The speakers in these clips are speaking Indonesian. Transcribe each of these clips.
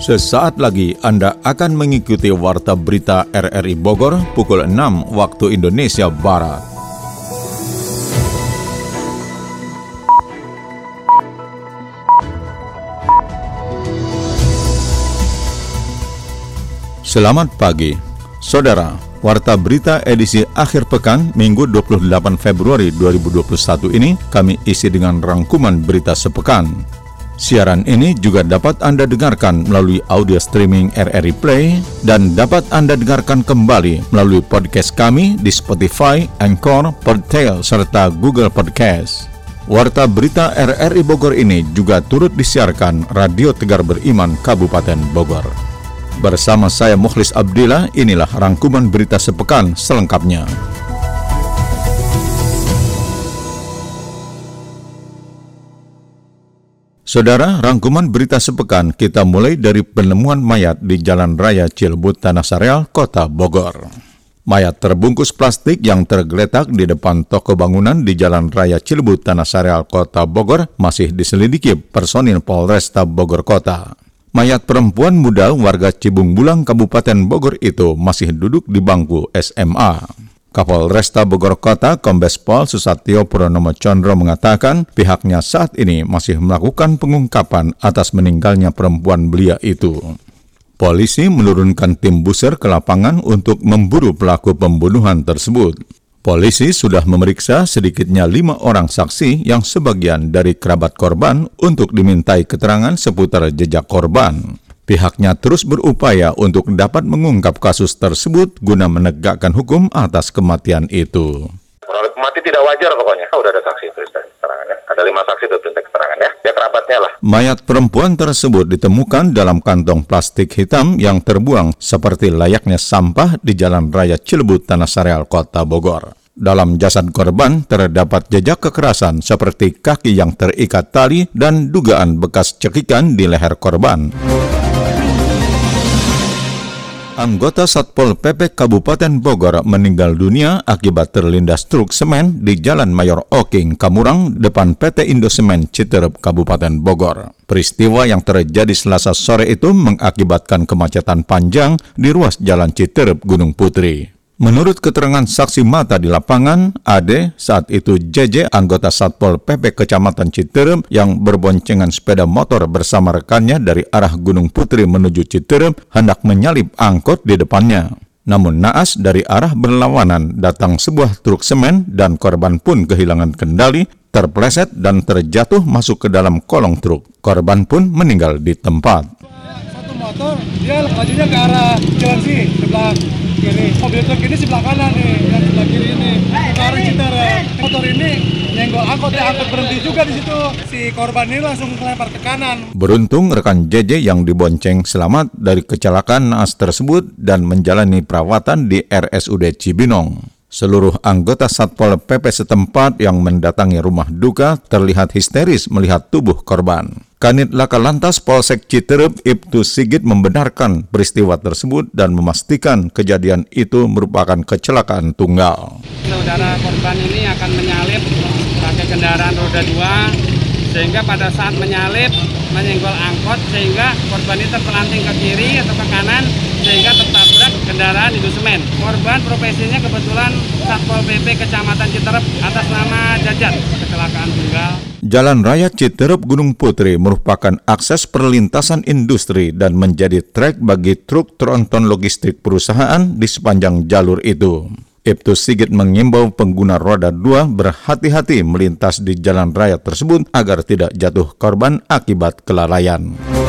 Sesaat lagi Anda akan mengikuti Warta Berita RRI Bogor pukul 6 waktu Indonesia Barat. Selamat pagi, Saudara. Warta Berita edisi akhir pekan Minggu 28 Februari 2021 ini kami isi dengan rangkuman berita sepekan. Siaran ini juga dapat Anda dengarkan melalui audio streaming RRI Play dan dapat Anda dengarkan kembali melalui podcast kami di Spotify, Anchor, Podtail, serta Google Podcast. Warta Berita RRI Bogor ini juga turut disiarkan Radio Tegar Beriman Kabupaten Bogor. Bersama saya Mukhlis Abdillah, inilah rangkuman berita sepekan selengkapnya. Saudara, rangkuman berita sepekan kita mulai dari penemuan mayat di Jalan Raya Cilebut Tanah Sareal, Kota Bogor. Mayat terbungkus plastik yang tergeletak di depan toko bangunan di Jalan Raya Cilebut Tanah Sareal, Kota Bogor masih diselidiki personil Polresta Bogor Kota. Mayat perempuan muda warga Cibung Bulang, Kabupaten Bogor itu masih duduk di bangku SMA. Kapolresta Bogor Kota Kombes Pol Susatyo Purnomo Condro mengatakan pihaknya saat ini masih melakukan pengungkapan atas meninggalnya perempuan belia itu. Polisi menurunkan tim buser ke lapangan untuk memburu pelaku pembunuhan tersebut. Polisi sudah memeriksa sedikitnya 5 orang saksi yang sebagian dari kerabat korban untuk dimintai keterangan seputar jejak korban. Pihaknya terus berupaya untuk dapat mengungkap kasus tersebut guna menegakkan hukum atas kematian itu. Mati tidak wajar pokoknya. Udah ada saksi itu keterangannya. Ada 5 saksi itu keterangannya. Dia kerabatnya lah. Mayat perempuan tersebut ditemukan dalam kantong plastik hitam yang terbuang seperti layaknya sampah di Jalan Raya Cilebut Tanah Sareal, Kota Bogor. Dalam jasad korban terdapat jejak kekerasan seperti kaki yang terikat tali dan dugaan bekas cekikan di leher korban. Anggota Satpol PP Kabupaten Bogor meninggal dunia akibat terlindas truk semen di Jalan Mayor Oking, Kamurang, depan PT Indosemen Citerep, Kabupaten Bogor. Peristiwa yang terjadi Selasa sore itu mengakibatkan kemacetan panjang di ruas Jalan Citerep, Gunung Putri. Menurut keterangan saksi mata di lapangan, Ade, saat itu JJ, anggota Satpol PP Kecamatan Citerep yang berboncengan sepeda motor bersama rekannya dari arah Gunung Putri menuju Citerep, hendak menyalip angkot di depannya. Namun naas dari arah berlawanan datang sebuah truk semen dan korban pun kehilangan kendali, terpleset dan terjatuh masuk ke dalam kolong truk. Korban pun meninggal di tempat. Satu motor, dia lajunya ke arah jalan sini, sebelah kiri. Mobil truk ini sebelah kanan nih, yang sebelah kiri ini. Ke arah Citerep. Motor ini nyenggol angkot berhenti juga di situ. Si korban ini langsung melempar ke kanan. Beruntung rekan JJ yang dibonceng selamat dari kecelakaan naas tersebut dan menjalani perawatan di RSUD Cibinong. Seluruh anggota Satpol PP setempat yang mendatangi rumah duka terlihat histeris melihat tubuh korban. Kanit Laka Lantas Polsek Citerep Ibtu Sigit membenarkan peristiwa tersebut dan memastikan kejadian itu merupakan kecelakaan tunggal. Saudara korban ini akan menyalip pakai kendaraan roda 2 sehingga pada saat menyalip menyenggol angkot sehingga korban ini terpelanting ke kiri atau ke kanan sehingga tertabrak kendaraan Indosemen. Korban profesinya kebetulan Satpol PP Kecamatan Citerep atas nama Jajat, kecelakaan tunggal. Jalan Raya Citerep Gunung Putri merupakan akses perlintasan industri dan menjadi trek bagi truk tronton logistik perusahaan di sepanjang jalur itu. Ibtu Sigit mengimbau pengguna roda 2 berhati-hati melintas di jalan raya tersebut agar tidak jatuh korban akibat kelalaian.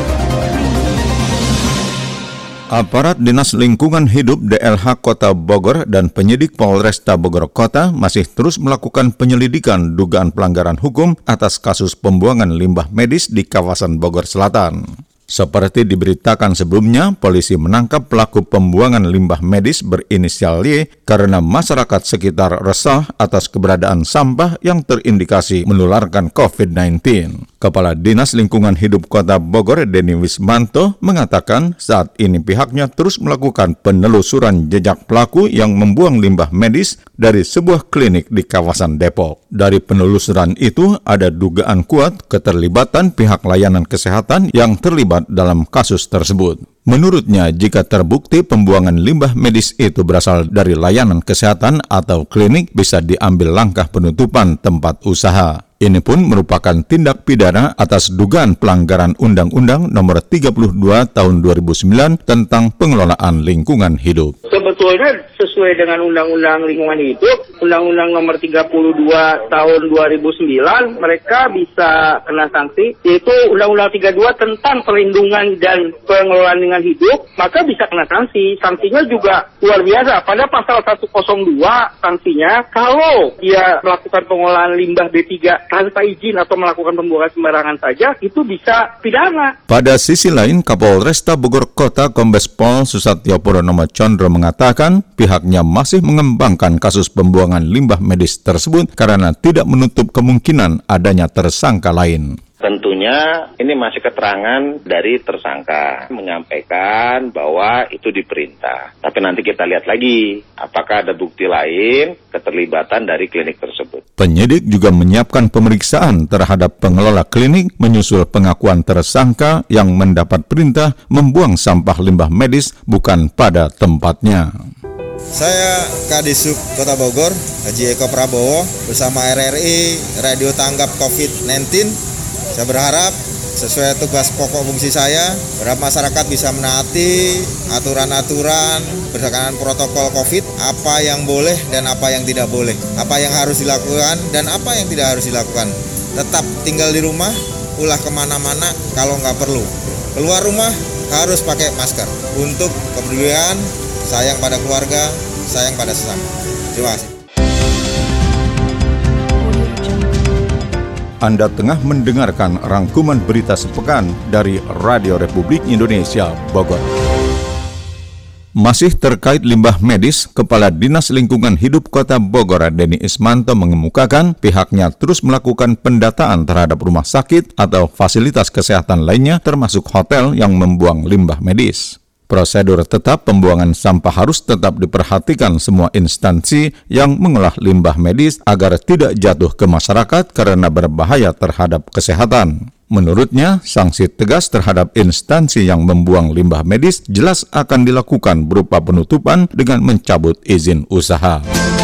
Aparat Dinas Lingkungan Hidup DLH Kota Bogor dan penyidik Polresta Bogor Kota masih terus melakukan penyelidikan dugaan pelanggaran hukum atas kasus pembuangan limbah medis di kawasan Bogor Selatan. Seperti diberitakan sebelumnya, polisi menangkap pelaku pembuangan limbah medis berinisial Y karena masyarakat sekitar resah atas keberadaan sampah yang terindikasi menularkan COVID-19. Kepala Dinas Lingkungan Hidup Kota Bogor, Denny Wismanto, mengatakan saat ini pihaknya terus melakukan penelusuran jejak pelaku yang membuang limbah medis dari sebuah klinik di kawasan Depok. Dari penelusuran itu, ada dugaan kuat keterlibatan pihak layanan kesehatan yang terlibat dalam kasus tersebut. Menurutnya, jika terbukti pembuangan limbah medis itu berasal dari layanan kesehatan atau klinik, bisa diambil langkah penutupan tempat usaha. Ini pun merupakan tindak pidana atas dugaan pelanggaran Undang-Undang Nomor 32 Tahun 2009 tentang pengelolaan lingkungan hidup. Sebetulnya sesuai dengan Undang-Undang Lingkungan Hidup, Undang-Undang Nomor 32 Tahun 2009, mereka bisa kena sanksi, yaitu Undang-Undang 32 tentang perlindungan dan pengelolaan lingkungan hidup, maka bisa kena sanksi. Sanksinya juga luar biasa. Pada pasal 102 sanksinya, kalau dia melakukan pengolahan limbah B3 tanpa izin atau melakukan pembuangan sembarangan saja, itu bisa pidana. Pada sisi lain, Kapolresta Bogor Kota Kombes Pol Susatyo Purnomo Condro mengatakan pihaknya masih mengembangkan kasus pembuangan limbah medis tersebut karena tidak menutup kemungkinan adanya tersangka lain. Tentunya ini masih keterangan dari tersangka menyampaikan bahwa itu diperintah. Tapi nanti kita lihat lagi apakah ada bukti lain keterlibatan dari klinik tersebut. Penyidik juga menyiapkan pemeriksaan terhadap pengelola klinik menyusul pengakuan tersangka yang mendapat perintah membuang sampah limbah medis bukan pada tempatnya. Saya Kadisub Kota Bogor, Haji Eko Prabowo, bersama RRI Radio Tanggap COVID-19. Saya berharap sesuai tugas pokok fungsi saya, berharap masyarakat bisa menaati aturan-aturan berdasarkan protokol COVID, apa yang boleh dan apa yang tidak boleh, apa yang harus dilakukan dan apa yang tidak harus dilakukan. Tetap tinggal di rumah, ulah kemana-mana kalau nggak perlu. Keluar rumah harus pakai masker. Untuk kepedulian, sayang pada keluarga, sayang pada sesama. Terima kasih. Anda tengah mendengarkan rangkuman berita sepekan dari Radio Republik Indonesia, Bogor. Masih terkait limbah medis, Kepala Dinas Lingkungan Hidup Kota Bogor, Denny Wismanto, mengemukakan pihaknya terus melakukan pendataan terhadap rumah sakit atau fasilitas kesehatan lainnya termasuk hotel yang membuang limbah medis. Prosedur tetap pembuangan sampah harus tetap diperhatikan semua instansi yang mengolah limbah medis agar tidak jatuh ke masyarakat karena berbahaya terhadap kesehatan. Menurutnya, sanksi tegas terhadap instansi yang membuang limbah medis jelas akan dilakukan berupa penutupan dengan mencabut izin usaha.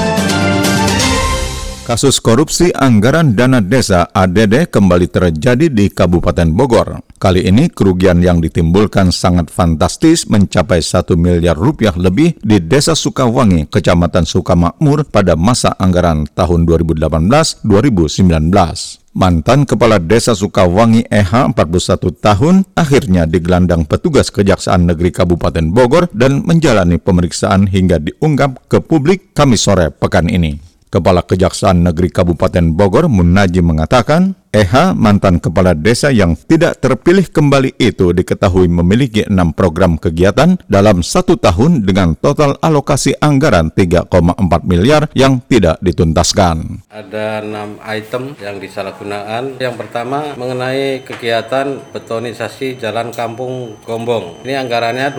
Kasus korupsi anggaran dana desa ADD kembali terjadi di Kabupaten Bogor. Kali ini kerugian yang ditimbulkan sangat fantastis mencapai 1 miliar rupiah lebih di Desa Sukawangi, Kecamatan Sukamakmur pada masa anggaran tahun 2018-2019. Mantan Kepala Desa Sukawangi EH 41 tahun akhirnya digelandang petugas Kejaksaan Negeri Kabupaten Bogor dan menjalani pemeriksaan hingga diungkap ke publik Kamis sore pekan ini. Kepala Kejaksaan Negeri Kabupaten Bogor, Munaji, mengatakan, EH, mantan kepala desa yang tidak terpilih kembali itu diketahui memiliki 6 program kegiatan dalam 1 tahun dengan total alokasi anggaran 3,4 miliar yang tidak dituntaskan. Ada 6 item yang disalahgunakan. Yang pertama mengenai kegiatan betonisasi Jalan Kampung Gombong. Ini anggarannya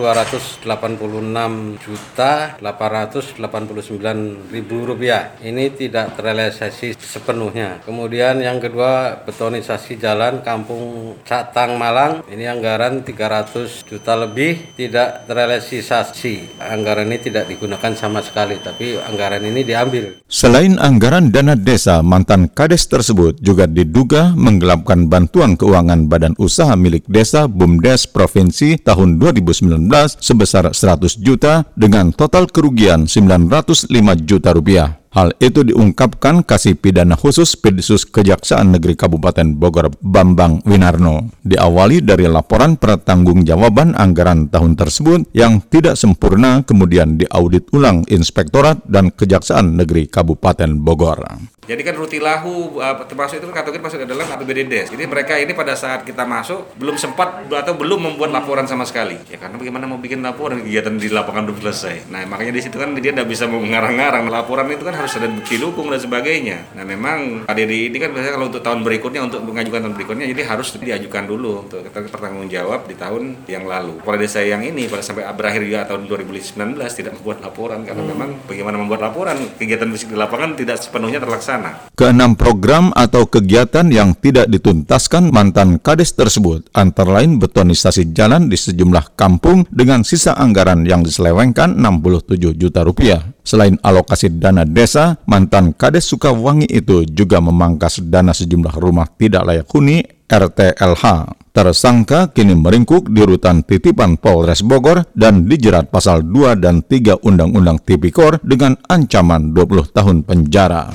Rp286.889.000. Ini tidak terrealisasi sepenuhnya. Kemudian yang kedua, betonisasi jalan Kampung Catang Malang, ini anggaran 300 juta lebih, tidak terrealisasi. Anggaran ini tidak digunakan sama sekali, tapi anggaran ini diambil. Selain anggaran dana desa, mantan kades tersebut juga diduga menggelapkan bantuan keuangan badan usaha milik desa BUMDes Provinsi tahun 2019 sebesar 100 juta dengan total kerugian 905 juta rupiah. Hal itu diungkapkan Kasih Pidana Khusus Pidsus Kejaksaan Negeri Kabupaten Bogor Bambang Winarno. Diawali dari laporan pertanggungjawaban anggaran tahun tersebut yang tidak sempurna kemudian diaudit ulang Inspektorat dan Kejaksaan Negeri Kabupaten Bogor. Jadi kan Rutilahu termasuk itu kategori masuk ke dalam APBD Des. Jadi mereka ini pada saat kita masuk belum sempat atau belum membuat laporan sama sekali. Ya karena bagaimana mau bikin laporan, kegiatan di lapangan belum selesai. Nah makanya di situ kan dia tidak bisa mengarang-arang. Laporan itu kan harus ada bukti dukung dan sebagainya. Nah memang ADD ini kan biasanya kalau untuk tahun berikutnya, untuk mengajukan tahun berikutnya, jadi harus diajukan dulu untuk kita bertanggung jawab di tahun yang lalu. Kepala desa yang ini pada sampai berakhir juga tahun 2019 tidak membuat laporan karena memang bagaimana membuat laporan, kegiatan fisik di lapangan tidak sepenuhnya terlaksana. Keenam program atau kegiatan yang tidak dituntaskan mantan Kades tersebut antara lain betonisasi jalan di sejumlah kampung dengan sisa anggaran yang diselewengkan 67 juta rupiah. Selain alokasi dana desa, mantan Kades Sukawangi itu juga memangkas dana sejumlah rumah tidak layak huni RTLH. Tersangka kini meringkuk di rutan titipan Polres Bogor dan dijerat pasal 2 dan 3 Undang-Undang Tipikor dengan ancaman 20 tahun penjara.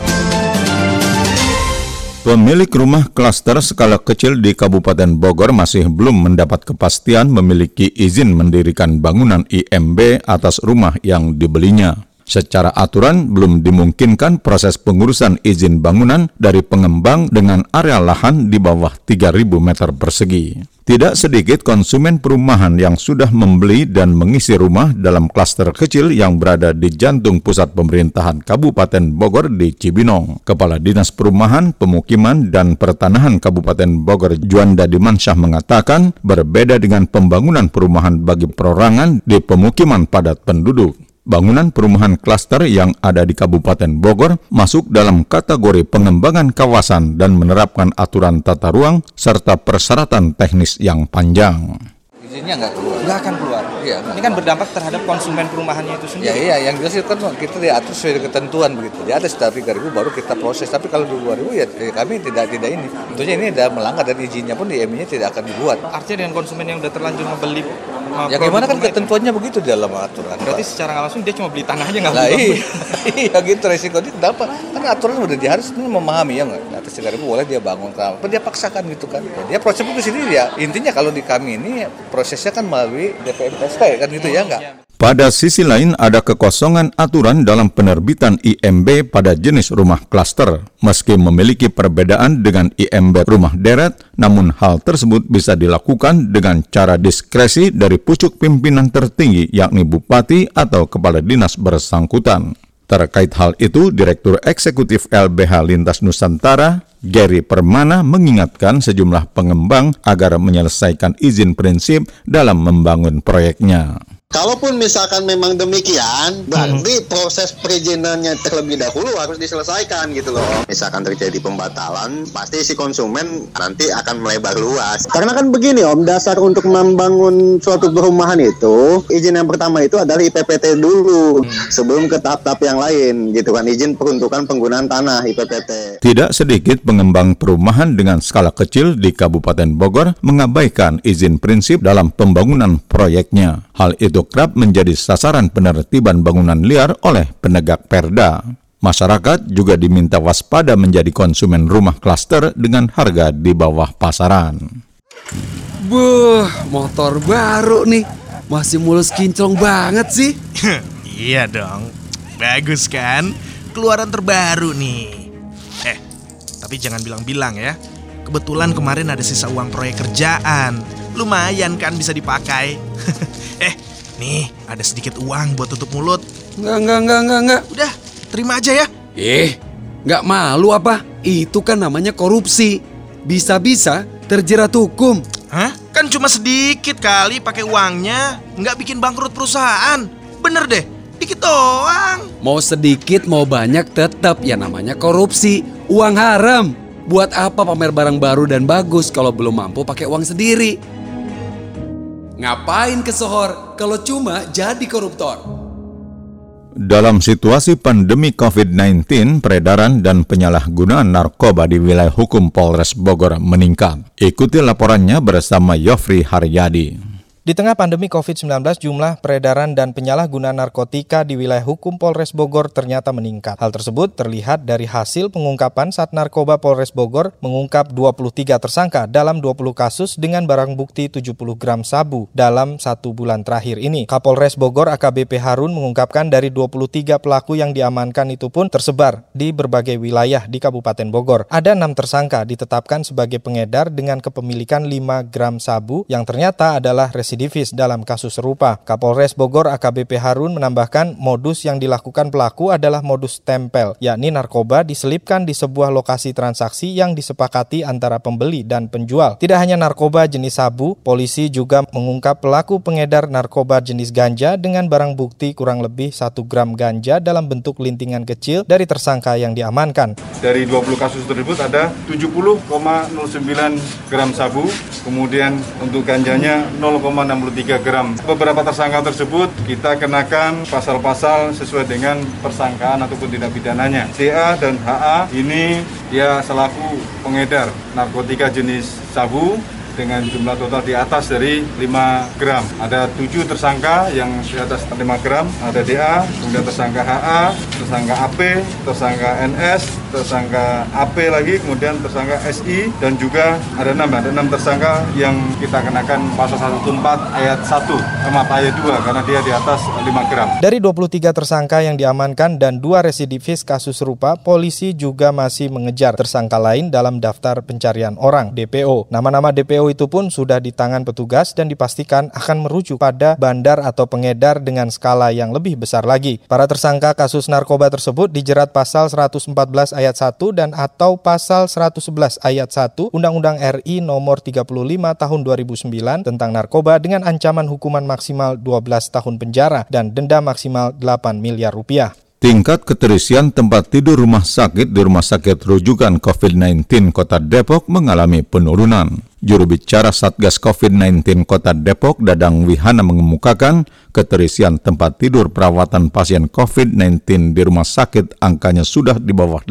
Pemilik rumah klaster skala kecil di Kabupaten Bogor masih belum mendapat kepastian memiliki izin mendirikan bangunan IMB atas rumah yang dibelinya. Secara aturan, belum dimungkinkan proses pengurusan izin bangunan dari pengembang dengan area lahan di bawah 3.000 meter persegi. Tidak sedikit konsumen perumahan yang sudah membeli dan mengisi rumah dalam klaster kecil yang berada di jantung pusat pemerintahan Kabupaten Bogor di Cibinong. Kepala Dinas Perumahan, Pemukiman, dan Pertanahan Kabupaten Bogor Juanda Dimansyah mengatakan, berbeda dengan pembangunan perumahan bagi perorangan di pemukiman padat penduduk. Bangunan perumahan klaster yang ada di Kabupaten Bogor masuk dalam kategori pengembangan kawasan dan menerapkan aturan tata ruang serta persyaratan teknis yang panjang. Izinnya nggak akan keluar. Ya, ini kan berdampak terhadap konsumen perumahannya itu sendiri. Ya, yang jelas itu kan kita diatur sesuai ketentuan begitu. Di atas 3.000 baru kita proses. Tapi kalau 2.000 ya kami tidak ini. Tentunya ini ada melanggar dan izinnya pun di IMI-nya tidak akan dibuat. Artinya dengan konsumen yang udah terlanjur membeli. Ya gimana kan ketentuannya begitu dalam aturan. Berarti secara nggak langsung dia cuma beli tanah aja nggak beli. Iya gitu resikonya kenapa? Kan aturan udah dia harus memahami ya nggak. Di atas 3.000 boleh dia bangun apa dia paksakan gitu kan. Dia proses itu sendiri ya. Intinya kalau di kami ini prosesnya kan melalui DPMPSP kan gitu ya nggak? Pada sisi lain, ada kekosongan aturan dalam penerbitan IMB pada jenis rumah klaster. Meski memiliki perbedaan dengan IMB rumah deret, namun hal tersebut bisa dilakukan dengan cara diskresi dari pucuk pimpinan tertinggi, yakni Bupati atau Kepala Dinas bersangkutan. Terkait hal itu, Direktur Eksekutif LBH Lintas Nusantara, Gary Permana, mengingatkan sejumlah pengembang agar menyelesaikan izin prinsip dalam membangun proyeknya. Kalaupun misalkan memang demikian, berarti proses perizinannya terlebih dahulu harus diselesaikan gitu loh. Misalkan terjadi pembatalan, pasti si konsumen nanti akan melebar luas. Karena kan begini Om, dasar untuk membangun suatu perumahan itu, izin yang pertama itu adalah IPPT dulu, sebelum ke tahap-tahap yang lain gitu kan, izin peruntukan penggunaan tanah IPPT. Tidak sedikit pengembang perumahan dengan skala kecil di Kabupaten Bogor mengabaikan izin prinsip dalam pembangunan proyeknya. Hal itu kerap menjadi sasaran penertiban bangunan liar oleh penegak perda. Masyarakat juga diminta waspada menjadi konsumen rumah klaster dengan harga di bawah pasaran. Motor baru nih. Masih mulus kinclong banget sih. Iya dong. Bagus kan? Keluaran terbaru nih. Tapi jangan bilang-bilang ya. Kebetulan kemarin ada sisa uang proyek kerjaan. Lumayan kan bisa dipakai. Nih, ada sedikit uang buat tutup mulut. Enggak. Udah, terima aja ya. Nggak malu apa? Itu kan namanya korupsi. Bisa-bisa terjerat hukum. Hah? Kan cuma sedikit kali pakai uangnya. Nggak bikin bangkrut perusahaan. Bener deh, dikit doang. Mau sedikit, mau banyak, tetap ya namanya korupsi. Uang haram. Buat apa pamer barang baru dan bagus kalau belum mampu pakai uang sendiri? Ngapain ke Sohor kalau cuma jadi koruptor? Dalam situasi pandemi COVID-19, peredaran dan penyalahgunaan narkoba di wilayah hukum Polres Bogor meningkat. Ikuti laporannya bersama Yofri Haryadi. Di tengah pandemi COVID-19, jumlah peredaran dan penyalahgunaan narkotika di wilayah hukum Polres Bogor ternyata meningkat. Hal tersebut terlihat dari hasil pengungkapan saat Narkoba Polres Bogor mengungkap 23 tersangka dalam 20 kasus dengan barang bukti 70 gram sabu dalam 1 bulan terakhir ini. Kapolres Bogor AKBP Harun mengungkapkan dari 23 pelaku yang diamankan itu pun tersebar di berbagai wilayah di Kabupaten Bogor. Ada 6 tersangka ditetapkan sebagai pengedar dengan kepemilikan 5 gram sabu yang ternyata adalah residivis dalam kasus serupa. Kapolres Bogor AKBP Harun menambahkan modus yang dilakukan pelaku adalah modus tempel, yakni narkoba diselipkan di sebuah lokasi transaksi yang disepakati antara pembeli dan penjual. Tidak hanya narkoba jenis sabu, polisi juga mengungkap pelaku pengedar narkoba jenis ganja dengan barang bukti kurang lebih 1 gram ganja dalam bentuk lintingan kecil dari tersangka yang diamankan. Dari 20 kasus tersebut ada 70,09 gram sabu, kemudian untuk ganjanya 0,63 gram. Beberapa tersangka tersebut kita kenakan pasal-pasal sesuai dengan persangkaan ataupun tindak pidananya. DA dan HA ini dia selaku pengedar narkotika jenis sabu dengan jumlah total di atas dari 5 gram. Ada 7 tersangka yang di atas 5 gram, ada DA, kemudian tersangka HA, tersangka AP, tersangka NS, tersangka AP lagi, kemudian tersangka SI, dan juga ada 6 tersangka yang kita kenakan pasal 114 ayat 1, ayat 2, karena dia di atas 5 gram. Dari 23 tersangka yang diamankan dan 2 residivis kasus serupa, polisi juga masih mengejar tersangka lain dalam daftar pencarian orang, DPO. Nama-nama DPO itu pun sudah di tangan petugas dan dipastikan akan merujuk pada bandar atau pengedar dengan skala yang lebih besar lagi. Para tersangka kasus narkoba tersebut dijerat pasal 114 ayat 1 dan atau pasal 111 ayat 1 Undang-Undang RI nomor 35 tahun 2009 tentang narkoba dengan ancaman hukuman maksimal 12 tahun penjara dan denda maksimal 8 miliar rupiah. Tingkat keterisian tempat tidur rumah sakit di Rumah Sakit Rujukan COVID-19 Kota Depok mengalami penurunan. Juru bicara Satgas COVID-19 Kota Depok, Dadang Wihana, mengemukakan keterisian tempat tidur perawatan pasien COVID-19 di rumah sakit angkanya sudah di bawah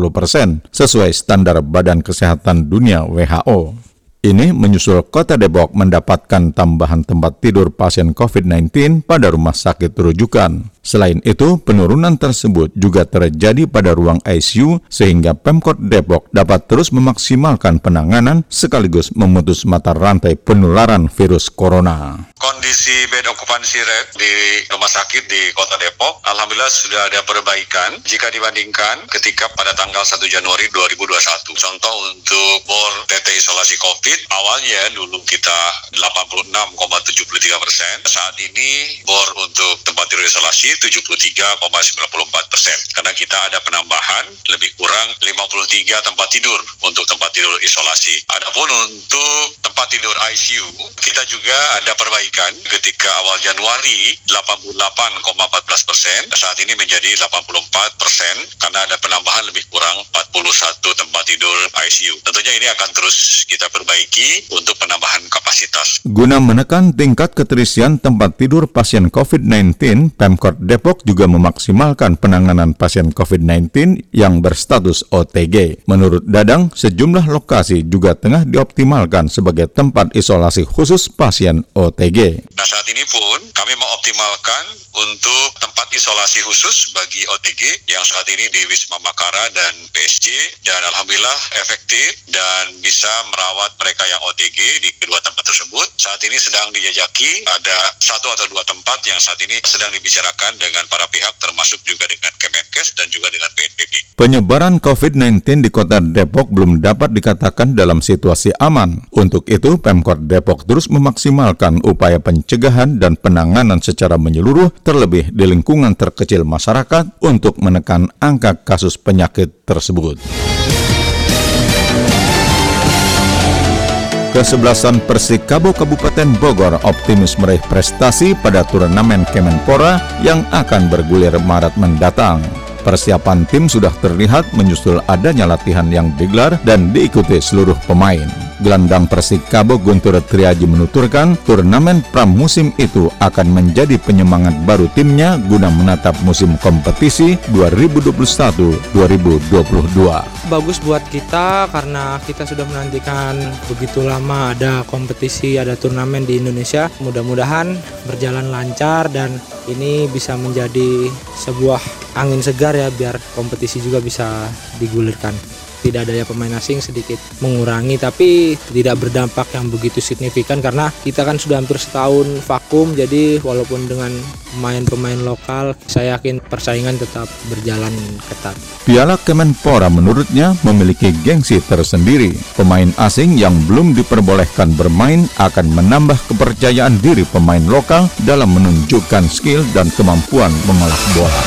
80% sesuai standar Badan Kesehatan Dunia WHO. Ini menyusul Kota Depok mendapatkan tambahan tempat tidur pasien COVID-19 pada rumah sakit rujukan. Selain itu, penurunan tersebut juga terjadi pada ruang ICU sehingga Pemkot Depok dapat terus memaksimalkan penanganan sekaligus memutus mata rantai penularan virus corona. Kondisi bed occupancy rate di rumah sakit di Kota Depok, alhamdulillah sudah ada perbaikan jika dibandingkan ketika pada tanggal 1 Januari 2021. Contoh untuk bor TT isolasi COVID, awalnya dulu kita 86,73%, saat ini bor untuk tempat tidur isolasi 73,94%, karena kita ada penambahan lebih kurang 53 tempat tidur untuk tempat tidur isolasi. Adapun untuk tempat tidur ICU, kita juga ada perbaikan ketika awal Januari 88,14%, saat ini menjadi 84% karena ada penambahan lebih kurang 41 tempat tidur ICU. Tentunya ini akan terus kita perbaiki untuk penambahan kapasitas. Guna menekan tingkat keterisian tempat tidur pasien COVID-19, Pemkot Depok juga memaksimalkan penanganan pasien COVID-19 yang berstatus OTG. Menurut Dadang, sejumlah lokasi juga tengah dioptimalkan sebagai tempat isolasi khusus pasien OTG. Nah, saat ini pun kami mengoptimalkan untuk tempat isolasi khusus bagi OTG yang saat ini di Wisma Makara dan PSG, dan alhamdulillah efektif dan bisa merawat mereka yang OTG di kedua tempat tersebut. Saat ini sedang dijajaki ada 1 atau 2 tempat yang saat ini sedang dibicarakan dengan para pihak termasuk juga dengan Kemenkes dan juga dengan BNPB. Penyebaran COVID-19 di Kota Depok belum dapat dikatakan dalam situasi aman. Untuk itu, Pemkot Depok terus memaksimalkan upaya pencegahan dan penanganan secara menyeluruh, terlebih di lingkungan terkecil masyarakat untuk menekan angka kasus penyakit tersebut. Kesebelasan Persikabo Kabupaten Bogor optimis meraih prestasi pada turnamen Kemenpora yang akan bergulir Maret mendatang. Persiapan tim sudah terlihat menyusul adanya latihan yang digelar dan diikuti seluruh pemain. Gelandang Persikabo Guntur Triaji menuturkan turnamen pramusim itu akan menjadi penyemangat baru timnya guna menatap musim kompetisi 2021-2022. Bagus buat kita karena kita sudah menantikan begitu lama ada kompetisi, ada turnamen di Indonesia. Mudah-mudahan berjalan lancar dan ini bisa menjadi sebuah angin segar ya biar kompetisi juga bisa digulirkan. Tidak adanya pemain asing sedikit mengurangi, tapi tidak berdampak yang begitu signifikan karena kita kan sudah hampir setahun vakum. Jadi walaupun dengan pemain-pemain lokal, saya yakin persaingan tetap berjalan ketat. Piala Kemenpora menurutnya memiliki gengsi tersendiri. Pemain asing yang belum diperbolehkan bermain akan menambah kepercayaan diri pemain lokal dalam menunjukkan skill dan kemampuan mengolah bola.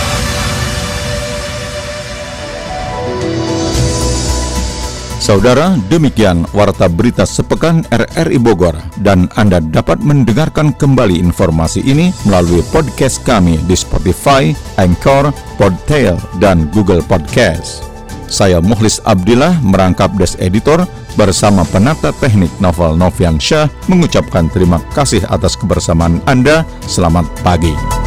Saudara, demikian Warta Berita Sepekan RRI Bogor, dan Anda dapat mendengarkan kembali informasi ini melalui podcast kami di Spotify, Anchor, Podtail, dan Google Podcast. Saya Mukhlis Abdillah merangkap Desk Editor bersama penata teknik Novel Noviansyah mengucapkan terima kasih atas kebersamaan Anda. Selamat pagi.